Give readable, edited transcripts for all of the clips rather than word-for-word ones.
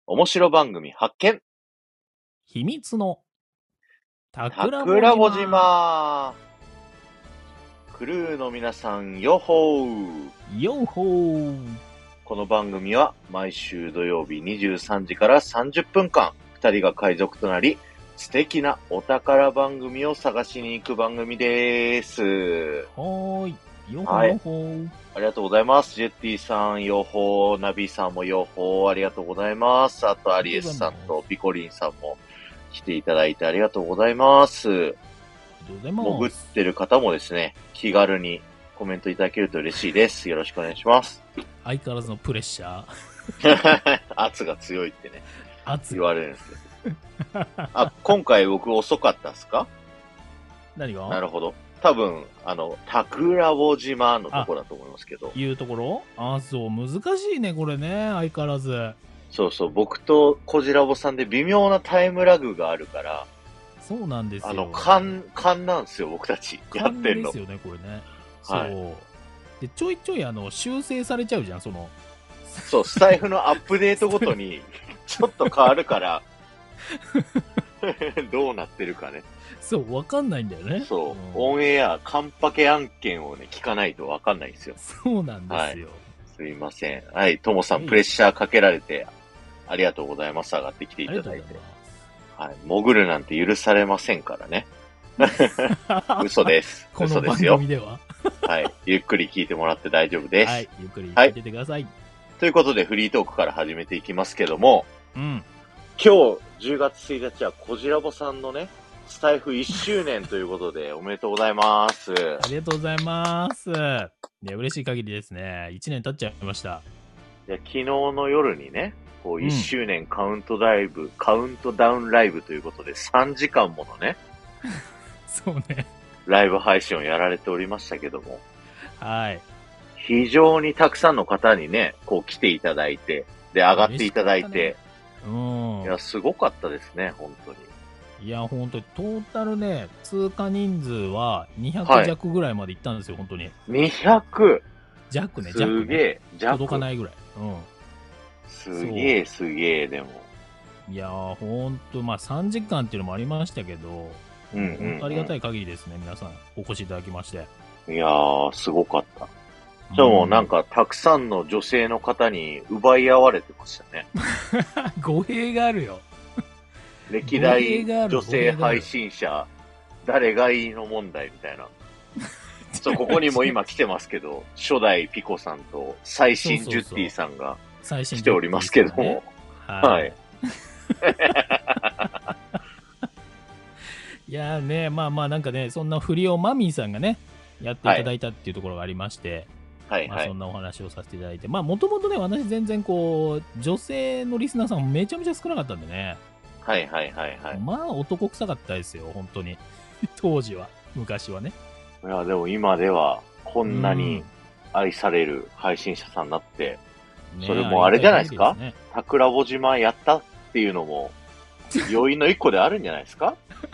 面白番組発見秘密の桜桜穂穂島。 島クルーの皆さん、よっほー。 よっほー。 この番組は毎週土曜日23時から30分間、2人が海賊となり、素敵なお宝番組を探しに行く番組です。 はーい。よっほはいよっほー。 ありがとうございます。ジェッティさん、よっほー。ナビさんもよっほー。ありがとうございます。あと、アリエスさんとピコリンさんも来ていただいてありがとうございます。 ありがとうございます。 潜ってる方もですね、気軽にコメントいただけると嬉しいです。よろしくお願いします。 相変わらずのプレッシャー。 圧が強いってね、 圧言われるんですけど。あ、今回僕遅かったっすか？ 何がなるほど。多分、桜穂島のとこだと思いますけど。 いうところそう、難しいね、これね、相変わらず。 そうそう、僕とコジラボさんで微妙なタイムラグがあるから、 そうなんですよ。 勘なんですよ、僕たち。やってんの。 ですよね、これね。 はいそう。で、ちょいちょい修正されちゃうじゃん、そう、 スタイフのアップデートごとに、ちょっと変わるから、どうなってるかね。 そう、わかんないんだよね。 そう、オンエア、カンパケ案件をね、聞かないとわかんないんですよ。 そうなんですよ。 すいません。はい、ともさん、プレッシャーかけられて、ありがとうございます。上がってきていただいて。はい、潜るなんて許されませんからね。嘘です。 この番嘘ですよ。 組では。 はい。ゆっくり聞いてもらって大丈夫です。 はい。ゆっくり聞いててください。 ということで、フリートークから始めていきますけども、 うん。 今日、10月1日は、コジラボさんのね、スタイフ1周年ということで、おめでとうございます。 ありがとうございます。いや、嬉しい限りですね。1年経っちゃいました。 いや、昨日の夜にね、こう1周年カウントダウンライブということで、3時間ものね、 そうね。 ライブ配信をやられておりましたけども、 はい。 非常にたくさんの方にね、こう来ていただいて、で、上がっていただいて、 うん。 いや、すごかったですね、本当に。 いや、本当に、トータルね、通過人数は200弱ぐらいまで行ったんですよ、本当に。 200! 弱ね、 すげえ、 届かないぐらい。うん。 すげえ、でも。 いやー、ほんと、まあ3時間っていうのもありましたけど、本当ありがたい限りですね、皆さんお越しいただきまして。 いやー、すごかった。でもなんか、たくさんの女性の方に奪い合われてましたね。 語弊があるよ。 歴代女性配信者、誰がいいの問題みたいな。そう、ここにも今来てますけど、初代ピコさんと最新ジュッティさんが来ておりますけども。はい。 いやーね、まあまあなんかね、そんな振りをマミーさんがね、やっていただいたっていうところがありまして、 はいまあそんなお話をさせていただいて、まあもともとね、私全然こう、女性のリスナーさんめちゃめちゃ少なかったんでね。 はい。 まあ男臭かったですよ、本当に。当時は、昔はね。 いや、でも今ではこんなに愛される配信者さんになって、それもあれじゃないですか？桜穂島やったっていうのも、要因の一個であるんじゃないですか？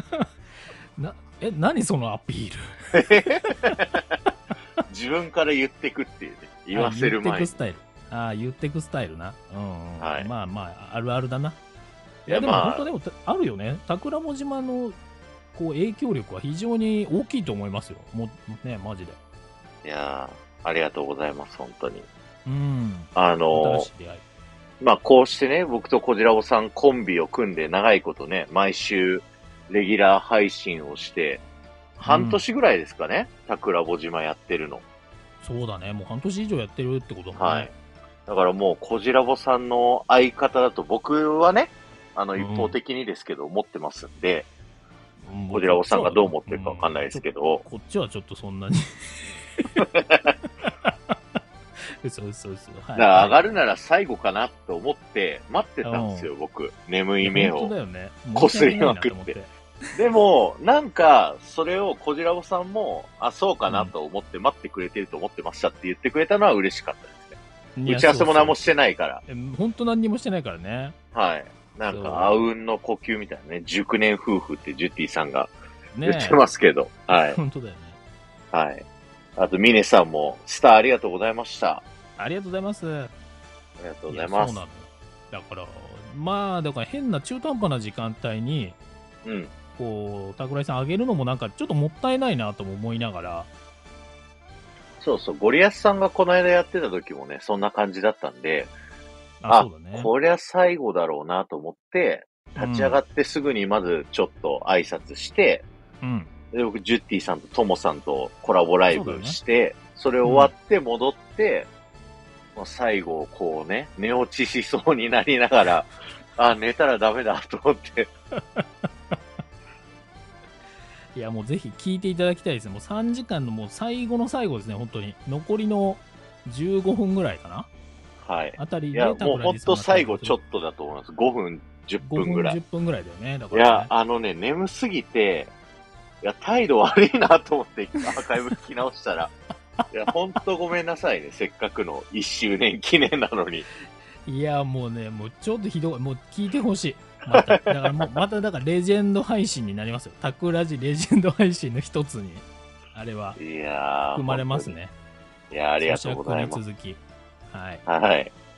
何そのアピール自分から言ってくっていうね。言わせる前に。 言ってくスタイル。言ってくスタイルな。はい。まあまあ、あるあるだな。いや、でも本当でも、あるよね。桜穂島のこう影響力は非常に大きいと思いますよ。もうね、マジで。 いやー、ありがとうございます、本当に。 新しい出会い。 まあ、こうしてね、僕とこじらぼさんコンビを組んで長いことね、毎週レギュラー配信をして、半年ぐらいですかね、桜穂島やってるの。 そうだね、もう半年以上やってるってことだもんね。 はい。だからもう、こじらぼさんの相方だと僕はね、一方的にですけど、思ってますんで、こじらぼさんがどう思ってるかわかんないですけど、 こっちはちょっとそんなに嘘。 だから上がるなら最後かなと思って待ってたんですよ、僕。眠い目をこすりまくって。でも、なんか、それをこじらぼさんも、そうかなと思って待ってくれてると思ってましたって言ってくれたのは嬉しかったですね。打ち合わせも何もしてないから。 本当何にもしてないからね。 はい。なんか、あうんの呼吸みたいなね、熟年夫婦ってジュッティさんが言ってますけど。はい。 本当だよね。 はい。あと、ミネさんも、スターありがとうございました。 ありがとうございます。 ありがとうございます。 そうなの。 だから、まあ、だから変な中途半端な時間帯に、 うん。 こう、桜井さんあげるのもなんかちょっともったいないなとも思いながら。 そうそう、ゴリアスさんがこの間やってた時もね、そんな感じだったんで、 そうだね。 こりゃ最後だろうなと思って、立ち上がってすぐにまずちょっと挨拶して、 うん。 で、僕、ジュッティさんとトモさんとコラボライブして、それ終わって戻って、最後、こうね、寝落ちしそうになりながら、寝たらダメだと思って。 いや、もうぜひ聞いていただきたいですね。もう3時間のもう最後の最後ですね、本当に。残りの15分ぐらいかな。 はい。 あたりで、 いや、もう本当最後ちょっとだと思います。5分、10分ぐらい。 5分、10分ぐらいだよね。だから、 ね。いや、眠すぎて、いや、態度悪いなと思ってアーカイブ聞き直したら。いや、ほんとごめんなさいね。せっかくの1周年記念なのに。 いや、もうね、もうちょっとひどい。もう聞いてほしい。また。だからもう、まただからレジェンド配信になりますよ。タクラジレジェンド配信の一つに、あれは、含まれますね。 いや、ありがとうございます。 に続き。はい。 はい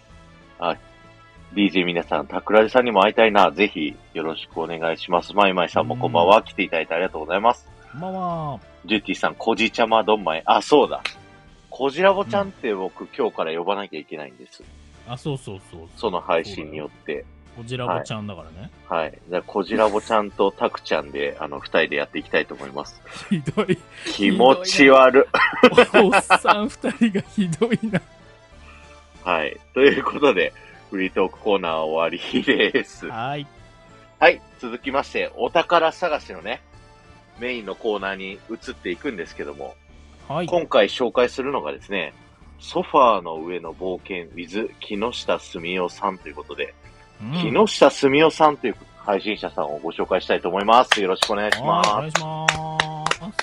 。DJ 皆さん、タクラジさんにも会いたいな。ぜひ、よろしくお願いします。マイマイさんもこんばんは。来ていただいてありがとうございます。 こんばんは。 ジュティさん、こじちゃまどんまい。そうだ。こじらぼちゃんって僕、今日から呼ばなきゃいけないんです。 そうそう。 その配信によって。 こじらぼちゃんだからね。 はい。じゃあ、こじらぼちゃんとたくちゃんで、二人でやっていきたいと思います。 ひどい。 気持ち悪。 おっさん二人がひどいな。 はい。ということで、フリートークコーナー終わりです。 はい。 はい。続きまして、お宝探しのね、メインのコーナーに移っていくんですけども、 はい。 今回紹介するのがですね、ソファーの上の冒険 with 木下澄夫さんということで、木下澄夫さんという配信者さんをご紹介したいと思います。よろしくお願いします。お願いします。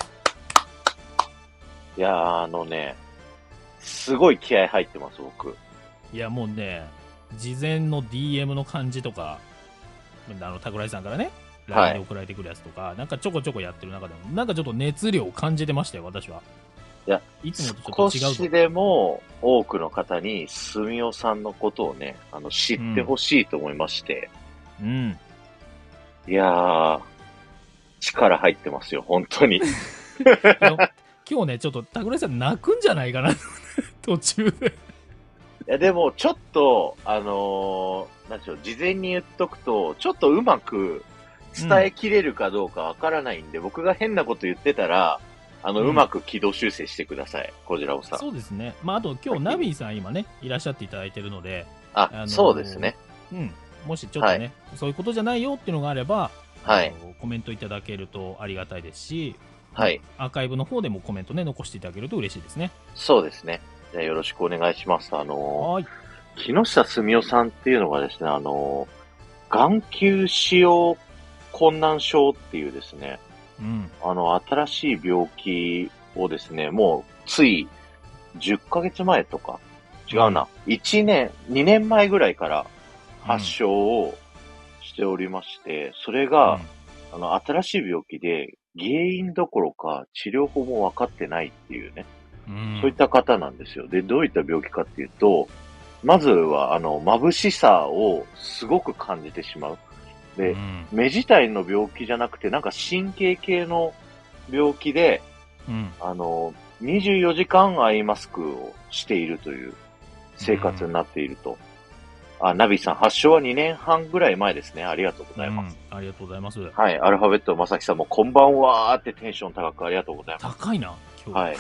いやー、ね、すごい気合入ってます、僕。 いや、もうね、事前の DM の感じとか、桜井さんからね、LINE で送られてくるやつとか、なんかちょこちょこやってる中でも、なんかちょっと熱量を感じてましたよ、私は。 いや、いつもとちょっと違う。少しでも多くの方に、澄夫さんのことをね、知ってほしいと思いまして。 うん。 いやー、力入ってますよ、本当に。 今日ね、ちょっと、桜井さん泣くんじゃないかな、途中で。いや、でも、ちょっと、なんでしょう、事前に言っとくと、ちょっとうまく伝えきれるかどうかわからないんで、僕が変なこと言ってたら、うまく軌道修正してください、こじらおさん。 そうですね。あと今日、ナビーさん今ね、いらっしゃっていただいてるので、 そうですね。 うん。もしちょっとね、そういうことじゃないよっていうのがあれば、コメントいただけるとありがたいですし、 はい。 アーカイブの方でもコメントね、残していただけると嬉しいですね。 そうですね。じゃあよろしくお願いします。木下澄夫さんっていうのがですね、眼球使用困難症っていうですね、新しい病気をですね、もうつい10ヶ月前とか、違うな、1年、2年前ぐらいから発症をしておりまして、それが、新しい病気で原因どころか治療法も分かってないっていうね、そういった方なんですよ。で、どういった病気かっていうと、まずは、眩しさをすごく感じてしまう。で、目自体の病気じゃなくて、なんか神経系の病気で、24時間アイマスクをしているという生活になっていると。ナビさん、発症は2年半ぐらい前ですね。ありがとうございます。 ありがとうございます。 はい、アルファベットまさきさんもこんばんはーってテンション高くありがとうございます。 高いな、今日。 はい。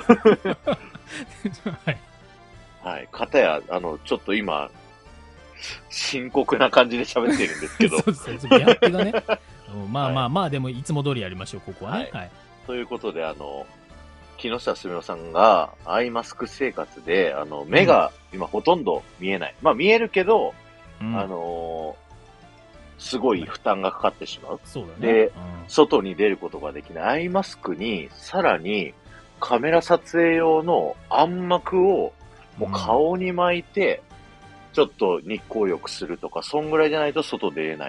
はい。 はい。かたや、ちょっと今、深刻な感じで喋ってるんですけど。 そうですね、ギャップがね。まあ、でもいつも通りやりましょう、ここはね。はい。 ということで、木下澄夫さんがアイマスク生活で、目が今ほとんど見えない。まあ見えるけど、すごい負担がかかってしまう。 そうだね。 で、外に出ることができないアイマスクに、さらにカメラ撮影用の暗幕をもう顔に巻いて、ちょっと日光浴するとか、そんぐらいじゃないと外出れない。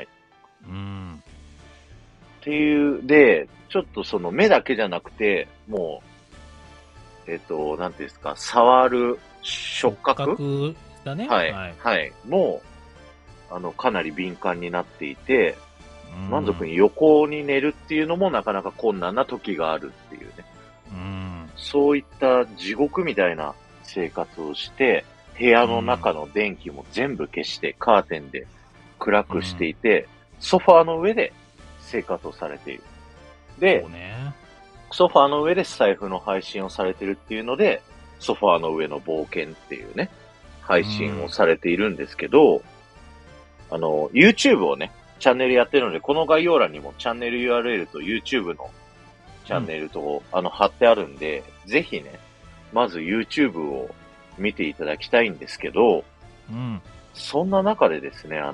っていう、で、ちょっとその目だけじゃなくて、もう、なんていうんですか、触る触覚だね。 はい。はい。もかなり敏感になっていて、満足に横に寝るっていうのもなかなか困難な時があるっていうね。そういった地獄みたいな生活をして、部屋の中の電気も全部消して、カーテンで暗くしていて、ソファーの上で生活をされている。で、ソファーの上でスタイフの配信をされているっていうので、ソファーの上の冒険っていうね、配信をされているんですけど、YouTube をね、チャンネルやってるので、この概要欄にもチャンネル URL と YouTube のチャンネルと、貼ってあるんで、ぜひね、まず YouTube を見ていただきたいんですけど、そんな中でですね、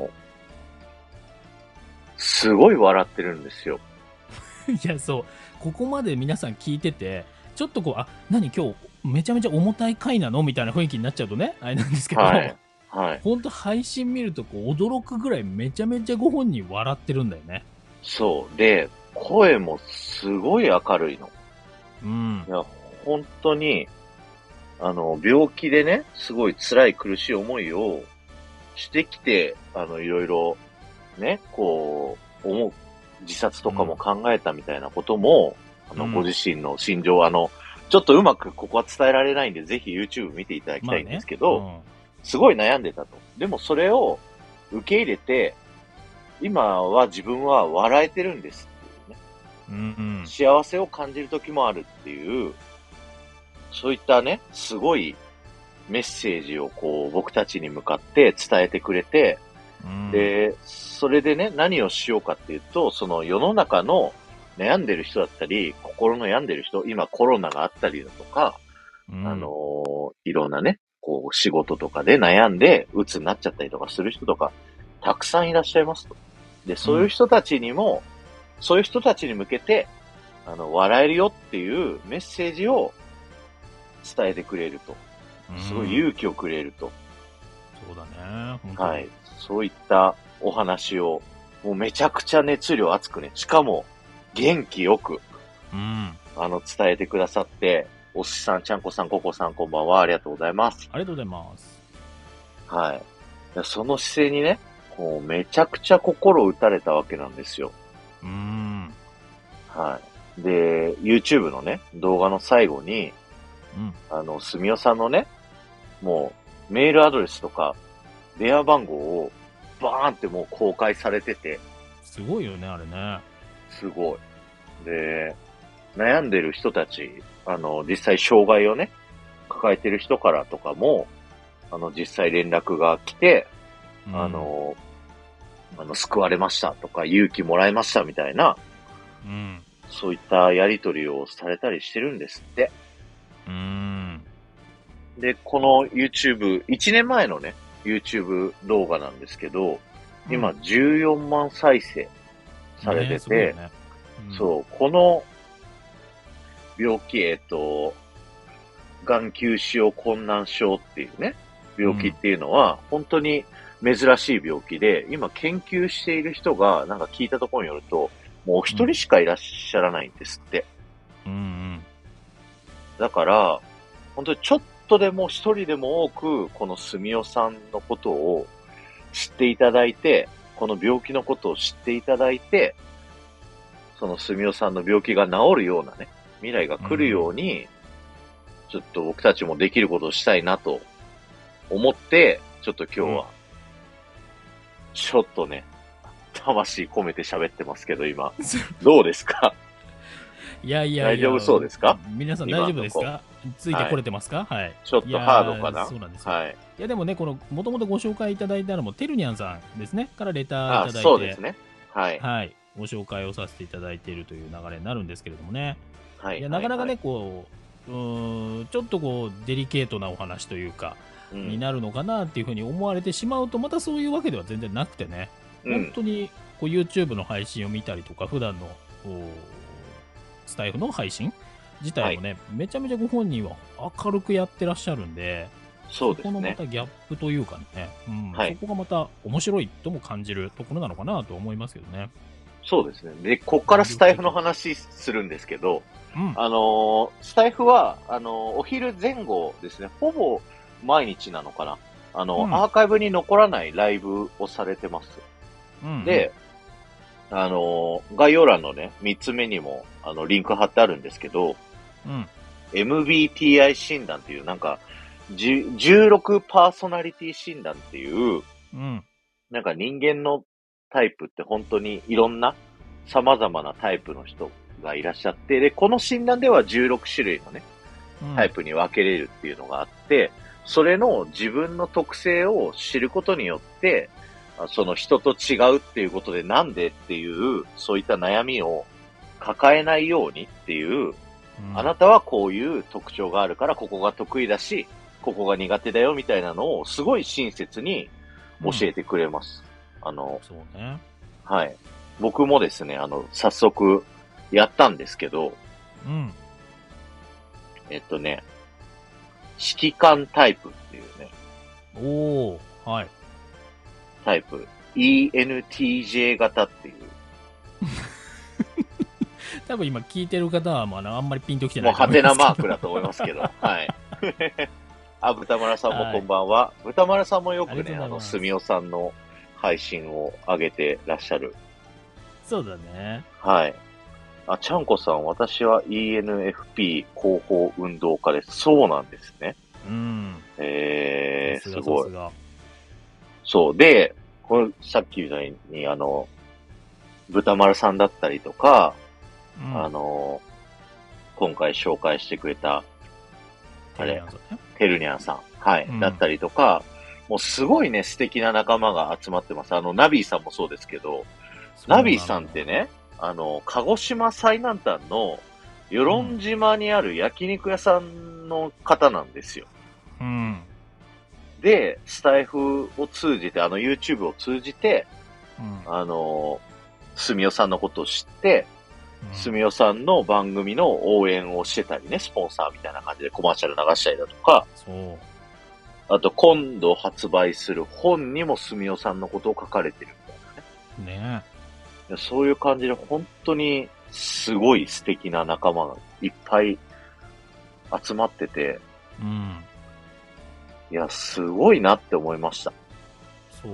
すごい笑ってるんですよ。 いや、そう。ここまで皆さん聞いてて、ちょっと何今日めちゃめちゃ重たい回なのみたいな雰囲気になっちゃうとね、あれなんですけど、ほんと配信見ると驚くぐらいめちゃめちゃご本人笑ってるんだよね。 そう。で、声もすごい明るいの。いや、本当に、病気でね、すごい辛い苦しい思いをしてきて、いろいろ、ね、自殺とかも考えたみたいなことも、ご自身の心情、ちょっとうまくここは伝えられないんで、ぜひ YouTube 見ていただきたいんですけど、すごい悩んでたと。でもそれを受け入れて、今は自分は笑えてるんですっていうね。幸せを感じる時もあるっていう、そういったね、すごいメッセージを僕たちに向かって伝えてくれて、で、それでね、何をしようかっていうと、その世の中の悩んでる人だったり、心の病んでる人、今コロナがあったりだとか、いろんなね、仕事とかで悩んで、鬱になっちゃったりとかする人とか、たくさんいらっしゃいますと。で、そういう人たちにも、そういう人たちに向けて、笑えるよっていうメッセージを伝えてくれると。すごい勇気をくれると。 そうだね。 はい。そういったお話を、もうめちゃくちゃ熱量熱くね、しかも元気よく、伝えてくださって、おすしさん、ちゃんこさん、ここさん、こんばんは。ありがとうございます。 ありがとうございます。 はい。その姿勢にね、めちゃくちゃ心打たれたわけなんですよ。はい。で、YouTube のね、動画の最後に、すみおさんのね、もう、メールアドレスとか、電話番号を、バーンってもう公開されてて。 すごいよね、あれね。 すごい。で、悩んでる人たち、実際障害をね、抱えてる人からとかも、実際連絡が来て、救われましたとか、勇気もらいましたみたいな、そういったやりとりをされたりしてるんですって。で、この YouTube、1年前のね、YouTube 動画なんですけど、今14万再生されてて、そう、この病気、眼球腫瘍困難症っていうね、病気っていうのは、本当に珍しい病気で、今研究している人が、なんか聞いたところによると、もう一人しかいらっしゃらないんですって。だから、本当にちょっとでも一人でも多く、このすみおさんのことを知っていただいて、この病気のことを知っていただいて、そのすみおさんの病気が治るようなね、未来が来るように、ちょっと僕たちもできることをしたいなと思って、ちょっと今日は、ちょっとね、魂込めて喋ってますけど、今。どうですか？ いや、 大丈夫そうですか？ 皆さん大丈夫ですか？ついてこれてますか？はい。 ちょっとハードかな？ そうなんですよ。はい。いや、でもね、もともとご紹介いただいたのも、てるにゃんさんですね、からレターいただいて。 そうですね。はい。 はい。ご紹介をさせていただいているという流れになるんですけれどもね。はい。いや、なかなかね、ちょっとデリケートなお話というか、になるのかなっていうふうに思われてしまうと、またそういうわけでは全然なくてね、本当にYouTube の配信を見たりとか、普段のスタイフの配信自体もね、めちゃめちゃご本人は明るくやってらっしゃるんで、 そうですね。 そこのまたギャップというかね、そこがまた面白いとも感じるところなのかなと思いますけどね。 そうですね。で、こっからスタイフの話するんですけど、スタイフは、お昼前後ですね、ほぼ毎日なのかな。 アーカイブに残らないライブをされてます。で、概要欄のね、3つ目にも、リンク貼ってあるんですけど、MBTI 診断っていう、なんか、16パーソナリティ診断っていう、なんか人間のタイプって本当にいろんな様々なタイプの人がいらっしゃって、で、この診断では16種類のね、タイプに分けれるっていうのがあって、それの自分の特性を知ることによって、その人と違うっていうことでなんでっていう、そういった悩みを抱えないようにっていう、あなたはこういう特徴があるからここが得意だし、ここが苦手だよみたいなのをすごい親切に教えてくれます。 そうね。 はい。僕もですね、早速やったんですけど、指揮官タイプっていうね。 おー、はい。 タイプ。ENTJ 型っていう。 多分今聞いてる方はあんまりピンときてないもうハテナマークだと思いますけど。はい。豚丸さんもこんばんは。豚丸さんもよくね、すみおさんの配信を上げてらっしゃる。 そうだね。 はい。ちゃんこさん、私は ENFP 広報運動家です。そうなんですね。すごい。そう。で、これ、さっきみたいに、豚丸さんだったりとか、今回紹介してくれた、テルニャンさん。はい。だったりとか、もうすごいね、素敵な仲間が集まってます。ナビーさんもそうですけど、ナビーさんってね、鹿児島最南端の与論島にある焼肉屋さんの方なんですよ。で、スタイフを通じて、YouTube を通じて、すみおさんのことを知って、すみおさんの番組の応援をしてたりね、スポンサーみたいな感じでコマーシャル流したりだとか、あと今度発売する本にもすみおさんのことを書かれてるみたいなね。そういう感じで本当にすごい素敵な仲間がいっぱい集まってて、いや、すごいなって思いました。 そう、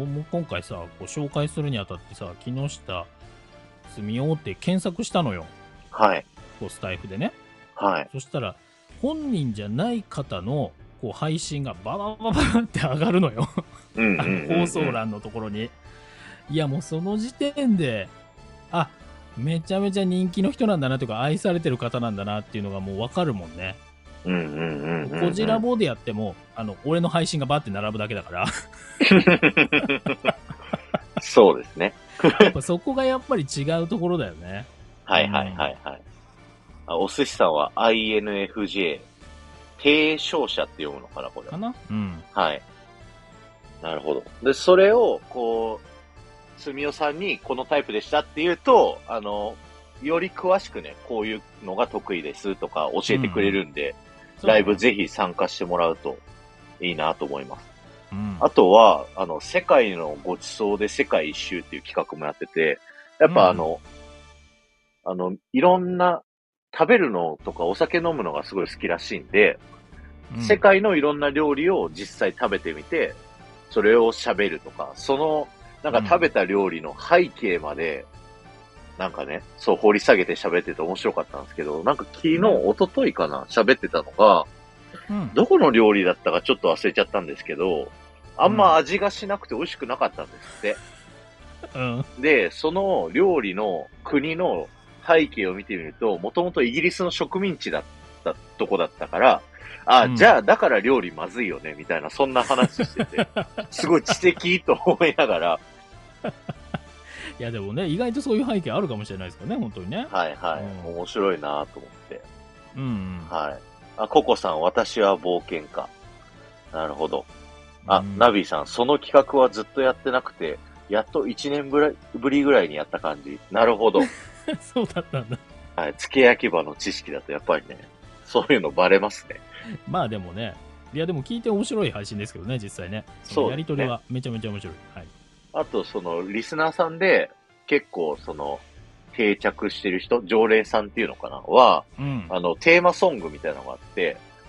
もう今回さ、こう紹介するにあたってさ、木下すみおって検索したのよ。 はい。 こうスタイフでね。 はい。 そしたら、本人じゃない方のこう配信がババババって上がるのよ。放送欄のところに。いや、もうその時点で、めちゃめちゃ人気の人なんだなというか、愛されてる方なんだなっていうのがもうわかるもんね。こじらぼでやっても、俺の配信がバーって並ぶだけだから。 そうですね。 やっぱそこがやっぱり違うところだよね。 はいはいはいはい。お寿司さんは INFJ、提唱者って読むのかな、これ。 かな？ はい。なるほど。で、それを、こう、すみおさんにこのタイプでしたって言うと、より詳しくね、こういうのが得意ですとか教えてくれるんで、ライブぜひ参加してもらうといいなと思います。あとは、世界のごちそうで世界一周っていう企画もやってて、やっぱいろんな食べるのとかお酒飲むのがすごい好きらしいんで、世界のいろんな料理を実際食べてみて、それを喋るとか、その、なんか食べた料理の背景まで、なんかね、そう掘り下げて喋ってて面白かったんですけど、なんか昨日、一昨日かな、喋ってたのが、どこの料理だったかちょっと忘れちゃったんですけど、あんま味がしなくて美味しくなかったんですって。で、その料理の国の背景を見てみると、もともとイギリスの植民地だったとこだったから、じゃあだから料理まずいよね、みたいな、そんな話してて、すごい知的と思いながら。 いやでもね、意外とそういう背景あるかもしれないですからね、本当にね。 はいはい。面白いなと思って。はい。ココさん、私は冒険家。なるほど。ナビーさん、その企画はずっとやってなくて、やっと1年ぶりぐらいにやった感じ。なるほど。 そうだったんだ。 はい。付け焼き場の知識だとやっぱりね、そういうのバレますね。 まあでもね、いやでも聞いて面白い配信ですけどね、実際ね。そのやりとりはめちゃめちゃ面白い。はい。 あと、リスナーさんで、結構、定着してる人、常連さんっていうのかなは、テーマソングみたいなのがあって、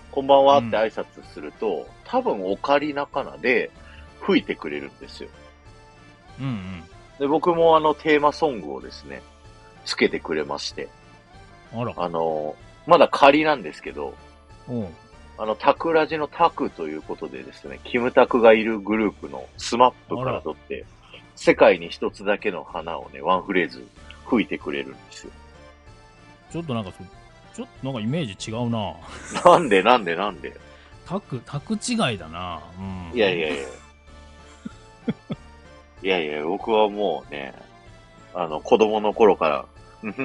こんばんはって挨拶すると、多分オカリナかなで吹いてくれるんですよ。 うんうん。 で、僕もテーマソングをですね、つけてくれまして。 あら。 まだ仮なんですけど、 うん。 タクラジのタクということでですね、キムタクがいるグループのスマップから取って、世界に一つだけの花をね、ワンフレーズ吹いてくれるんですよ。 ちょっとなんかイメージ違うな。 なんでタク違いだな。うん。 いや。いやいや、僕はもうね、子供の頃から、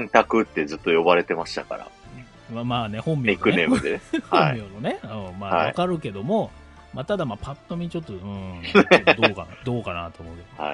タクってずっと呼ばれてましたから。 まあね、本名で、ね。 ニックネームでね。 本名のね。まあ、わかるけども、まあ、ただまあ、パッと見ちょっと、どうかなと思うけど。 はい。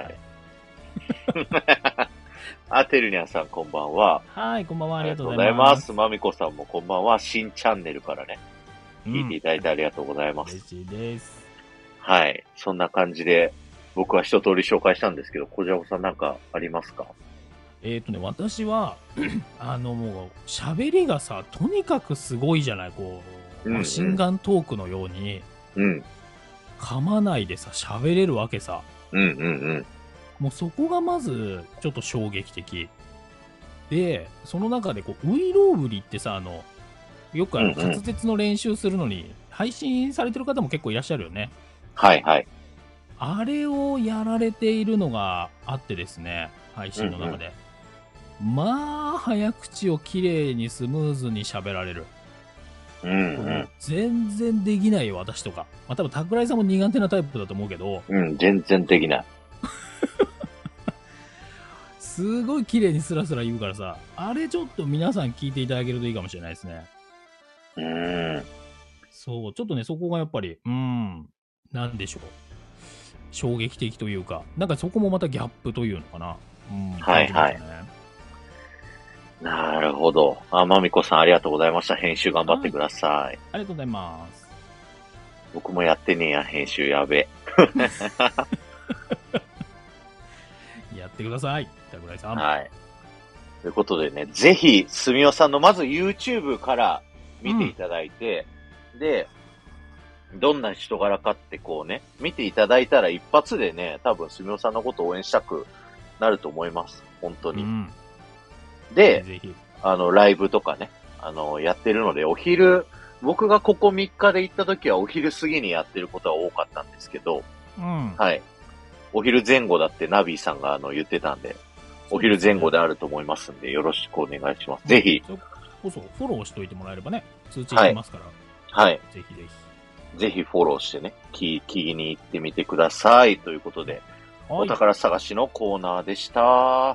てるにゃんさんこんばんは。 はい、こんばんは。ありがとうございます。 まみこさんもこんばんは。新チャンネルからね、聞いていただいてありがとうございます。 嬉しいです。 はい。そんな感じで、僕は一通り紹介したんですけど、こじらぼさんなんかありますか？ 私は、もう、喋りがさ、とにかくすごいじゃない、こう、マシンガントークのように、噛まないでさ、喋れるわけさ。もうそこがまず、ちょっと衝撃的。で、その中で、こう、ウイロウブリってさ、よく滑舌の練習するのに、配信されてる方も結構いらっしゃるよね。 はいはい。 あれをやられているのがあってですね、配信の中で。まあ、早口をきれいにスムーズに喋られる。全然できないよ、私とか。まあ、多分、桜井さんも苦手なタイプだと思うけど。 全然できない。 すごい綺麗にスラスラ言うからさ、あれちょっと皆さん聞いていただけるといいかもしれないですね。そう、ちょっとね、そこがやっぱり、なんでしょう。衝撃的というか、なんかそこもまたギャップというのかな。 はいはい。なるほど。まみこさんありがとうございました。編集頑張ってください。 ありがとうございます。 僕もやってねえや、編集やべ。 やってください、桜井さん。 はい。ということでね、ぜひ、すみおさんのまず YouTube から見ていただいて、で、どんな人柄かってこうね、見ていただいたら一発でね、多分すみおさんのことを応援したくなると思います。本当に。で、ライブとかね、やってるので、お昼、僕がここ3日で行った時はお昼過ぎにやってることは多かったんですけど、はい。お昼前後だってナビーさんが言ってたんで、お昼前後であると思いますんで、よろしくお願いします。ぜひ。 フォローしといてもらえればね、通知いきますから。 はい。 ぜひぜひ。ぜひフォローしてね、聞きに行ってみてください。ということで、お宝探しのコーナーでした。 はい。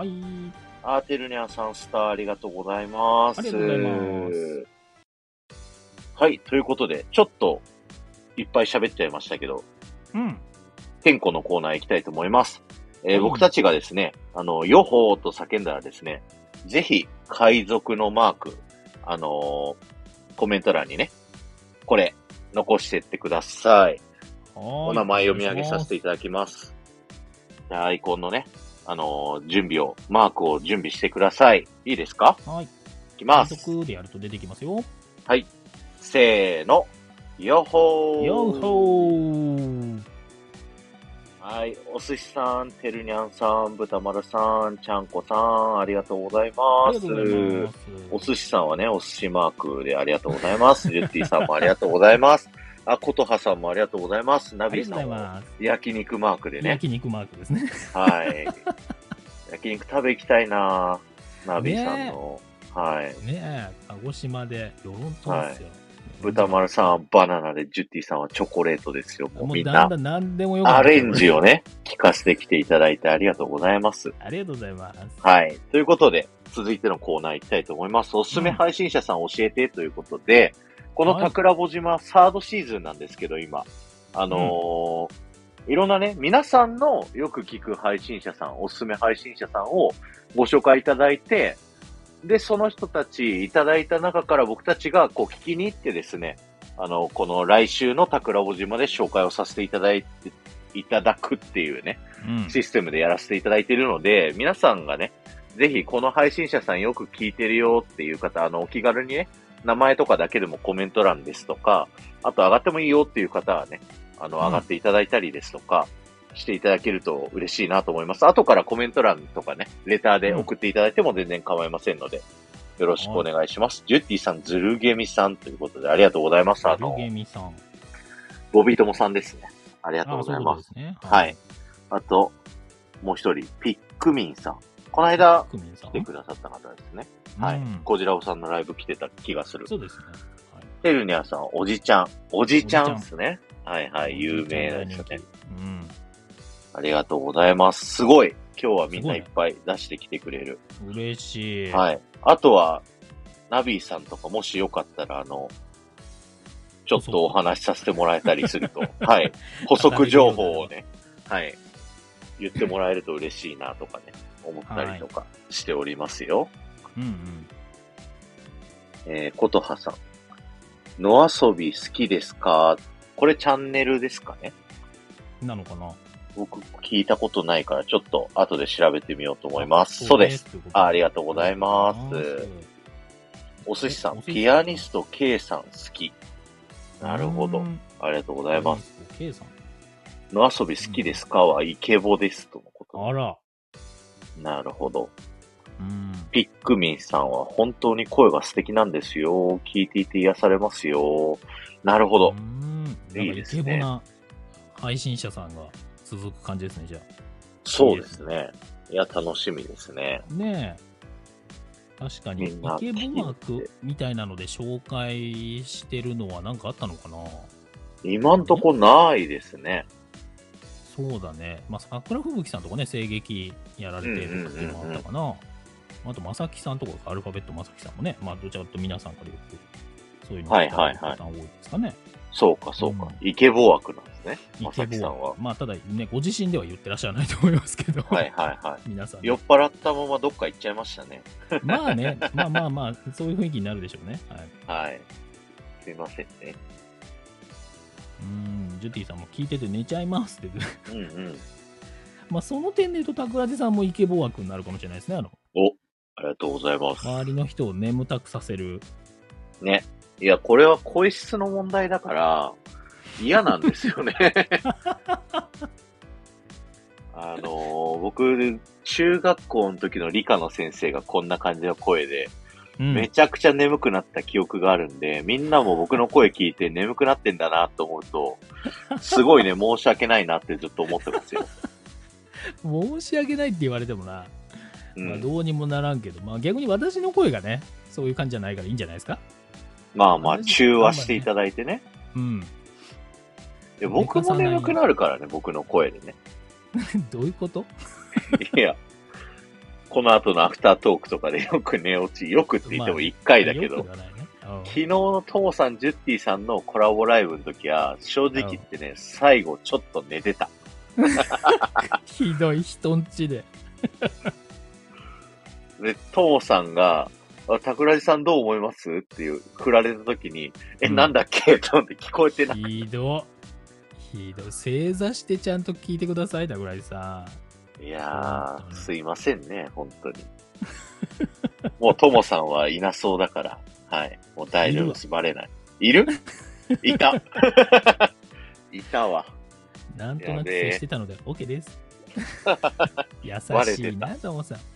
てるにゃんさんスターありがとうございます。 ありがとうございます。 はい。ということで、ちょっといっぱい喋っちゃいましたけど、天候のコーナー行きたいと思います。僕たちがですね、ヨホーと叫んだらですね、ぜひ、海賊のマーク、コメント欄にね、これ、残してってください。お名前読み上げさせていただきます。アイコンのね、準備を、マークを準備してください。いいですか？ はい。 いきます。 海賊でやると出てきますよ。 はい。せーの。ヨホー。 ヨホー。 はい。お寿司さん、てるにゃんさん、豚丸さん、ちゃんこさん、ありがとうございます。お寿司さんはね、お寿司マークでありがとうございます。ジュッティさんもありがとうございます。ことはさんもありがとうございます。ナビさんは焼肉マークでね。 焼肉マークですね。 はい。焼肉食べ行きたいなナビさんの。はい。 ねえ、鹿児島で、よろんとですよ。 豚丸さんはバナナで、ジュッティさんはチョコレートですよ。もうみんな、 なんでもアレンジをね、聞かせてきていただいてありがとうございます。 ありがとうございます。 はい。ということで、続いてのコーナー行きたいと思います。おすすめ配信者さん教えてということで、この桜穂島サードシーズンなんですけど、今。いろんなね、皆さんのよく聞く配信者さん、おすすめ配信者さんをご紹介いただいて、で、その人たちいただいた中から僕たちがこう聞きに行ってですね、この来週の桜穂島で紹介をさせていただくっていうね、システムでやらせていただいているので、皆さんがね、ぜひこの配信者さんよく聞いてるよっていう方、お気軽にね、 名前とかだけでもコメント欄ですとか、あと上がってもいいよっていう方はね、上がっていただいたりですとか、していただけると嬉しいなと思います。後からコメント欄とかね、レターで送っていただいても全然構いませんので、よろしくお願いします。ジュッティさん、ズルゲミさんということでありがとうございます。ズルゲミさん。 ボビートモさんですね。ありがとうございます。 そうですね。 はい。あと、もう一人、ピックミンさん。この間、来てくださった方ですね。はい。コジラオさんのライブ来てた気がする。 そうですね。 はい、テルニャさん、おじちゃん。おじちゃんですね。はいはい、有名ですね。ありがとうございます。すごい。今日はみんないっぱい出してきてくれる。 嬉しい。 はい。あとは、ナビーさんとかもしよかったら、ちょっとお話しさせてもらえたりすると、はい。補足情報をね、はい。言ってもらえると嬉しいなとかね、思ったりとかしておりますよ。ことはさん。野遊び好きですか？これチャンネルですかね？ なのかな？ 僕聞いたことないからちょっと後で調べてみようと思います。そうです。ありがとうございます。お寿司さん、ピアニスト K さん好き。なるほど。ありがとうございます。 K さん。 野遊び好きですかはイケボですとのこと。 あら。 なるほど。ピックミンさんは本当に声が素敵なんですよ。聞いていて癒されますよ。なるほど。 いいですね。イケボな配信者さんが続く感じですね、じゃあ。 そうですね。いや、楽しみですね。 ねえ。確かに、イケボ枠みたいなので紹介してるのは何かあったのかな？ 今んとこないですね。 そうだね。まあ、桜吹雪さんとかね、声劇やられてるっていうのもあったかな。あと、まさきさんとか、アルファベットまさきさんもね、まあ、どちらかと皆さんからよく、そういうのが多いですかね。 そうか、そうか。イケボ枠なんですね。まさきさんは。 まあ、ただね、ご自身では言ってらっしゃらないと思いますけど。 はいはいはい。 皆さん、 酔っ払ったままどっか行っちゃいましたね。 まあね、まあ、そういう雰囲気になるでしょうね。 はい。はい。すいませんね。 ジュティさんも聞いてて寝ちゃいますって言って。まあ、その点で言うと、桜地さんもイケボ枠になるかもしれないですね。 ありがとうございます。 周りの人を眠たくさせる。 ね。いや、これは声質の問題だから、嫌なんですよね。僕、中学校の時の理科の先生がこんな感じの声で、めちゃくちゃ眠くなった記憶があるんで、みんなも僕の声聞いて眠くなってんだなと思うと、すごいね、申し訳ないなってずっと思ってますよ。 申し訳ないって言われてもな、まあ、どうにもならんけど、まあ逆に私の声がね、そういう感じじゃないからいいんじゃないですか？ まあまあ、中和していただいてね。いや僕も眠くなるからね、僕の声でね。 どういうこと？ いや、この後のアフタートークとかでよく寝落ち、よくって言っても1回だけど、昨日のトモさん、ジュッティさんのコラボライブの時は、正直言ってね、最後ちょっと寝てた。 ひどい人んちで。 で、トモさんが、桜地さんどう思いますっていう、振られた時に、なんだっけと思って聞こえてない。 ひどい。正座してちゃんと聞いてください、桜地さん。いやー、すいませんね、本当に。もうトモさんはいなそうだから、はい。もう大丈夫です、バレない。いる？いた。いたわ。 なんとなく接してたので OK です。優しいな、トモさん。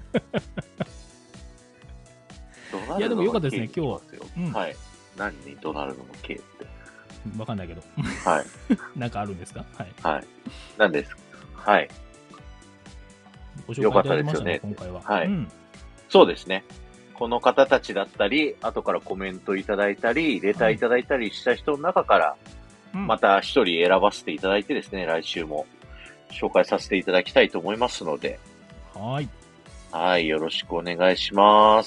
いや、でもよかったですね、今日は。 はい。何にドナルドの K って。 わかんないけど。 はい。 なんかあるんですか？はい。 はい。何ですか？はい。 ご紹介いただきましたね、今回は。 はい。そうですね。この方たちだったり、後からコメントいただいたり、レターいただいたりした人の中から、また一人選ばせていただいてですね、来週も紹介させていただきたいと思いますので。 はい。 はい、よろしくお願いします。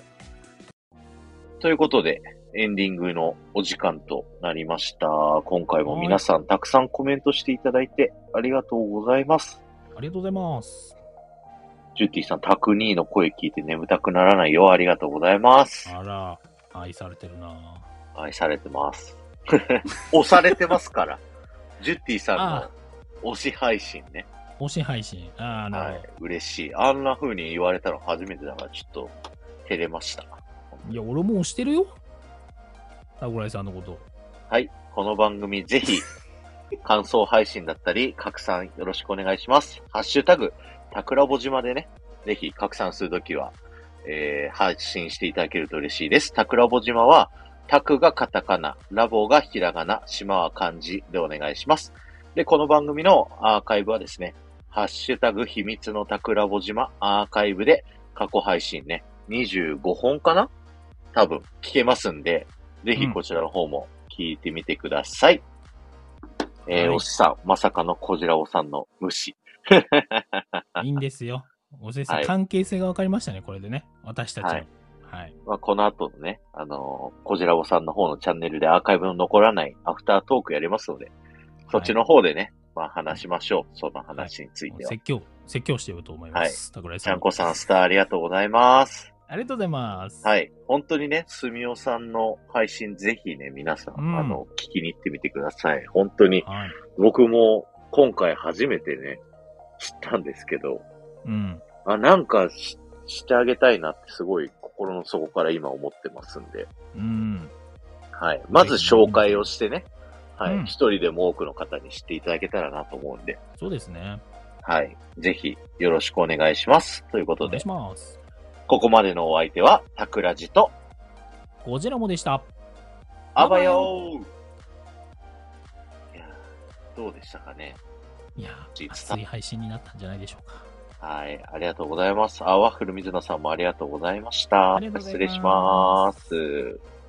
ということで、エンディングのお時間となりました。今回も皆さんたくさんコメントしていただいてありがとうございます。 ありがとうございます。 ジュッティさん、タクニーの声聞いて眠たくならないよ。ありがとうございます。 あら、愛されてるな。 愛されてます。押されてますから。ジュッティさんの推し配信ね。 推し配信。なるほど。 嬉しい。あんな風に言われたの初めてだから、ちょっと照れました。 いや、俺もう押してるよ。桜井さんのこと。 はい。この番組ぜひ、感想配信だったり、拡散よろしくお願いします。ハッシュタグ、たくらぼ島でね、ぜひ拡散するときは、発信していただけると嬉しいです。たくらぼ島は、タクがカタカナ、ラボがひらがな、島は漢字でお願いします。で、この番組のアーカイブはですね、ハッシュタグ秘密のたくらぼ島アーカイブで過去配信ね、25本かな多分聞けますんで、ぜひこちらの方も聞いてみてください。おしさん、まさかのこじらおさんの虫。 いいんですよ。おせさん、はい、関係性が分かりましたね、これでね。私たちの。はい。はい、 まあ、この後のね、こじらおさんの方のチャンネルでアーカイブの残らないアフタートークやりますので、そっちの方でね、まあ話しましょう。その話については。 説教してると思います。 はい。ちゃんこさん、スターありがとうございます。 ありがとうございます。 はい。本当にね、すみおさんの配信ぜひね、皆さん、聞きに行ってみてください。本当に、はい、僕も今回初めてね、知ったんですけど、なんかしてあげたいなってすごい心の底から今思ってますんで。はい。まず紹介をしてね、はい。一人でも多くの方に知っていただけたらなと思うんで。 そうですね。 はい。ぜひ、よろしくお願いします。ということで。 お願いします。 ここまでのお相手は、たくらじと、 こちらもでした。 あばよー。いや、どうでしたかね。 いや、熱い配信になったんじゃないでしょうか。はい。ありがとうございます。ワッフル水野さんもありがとうございました。失礼します。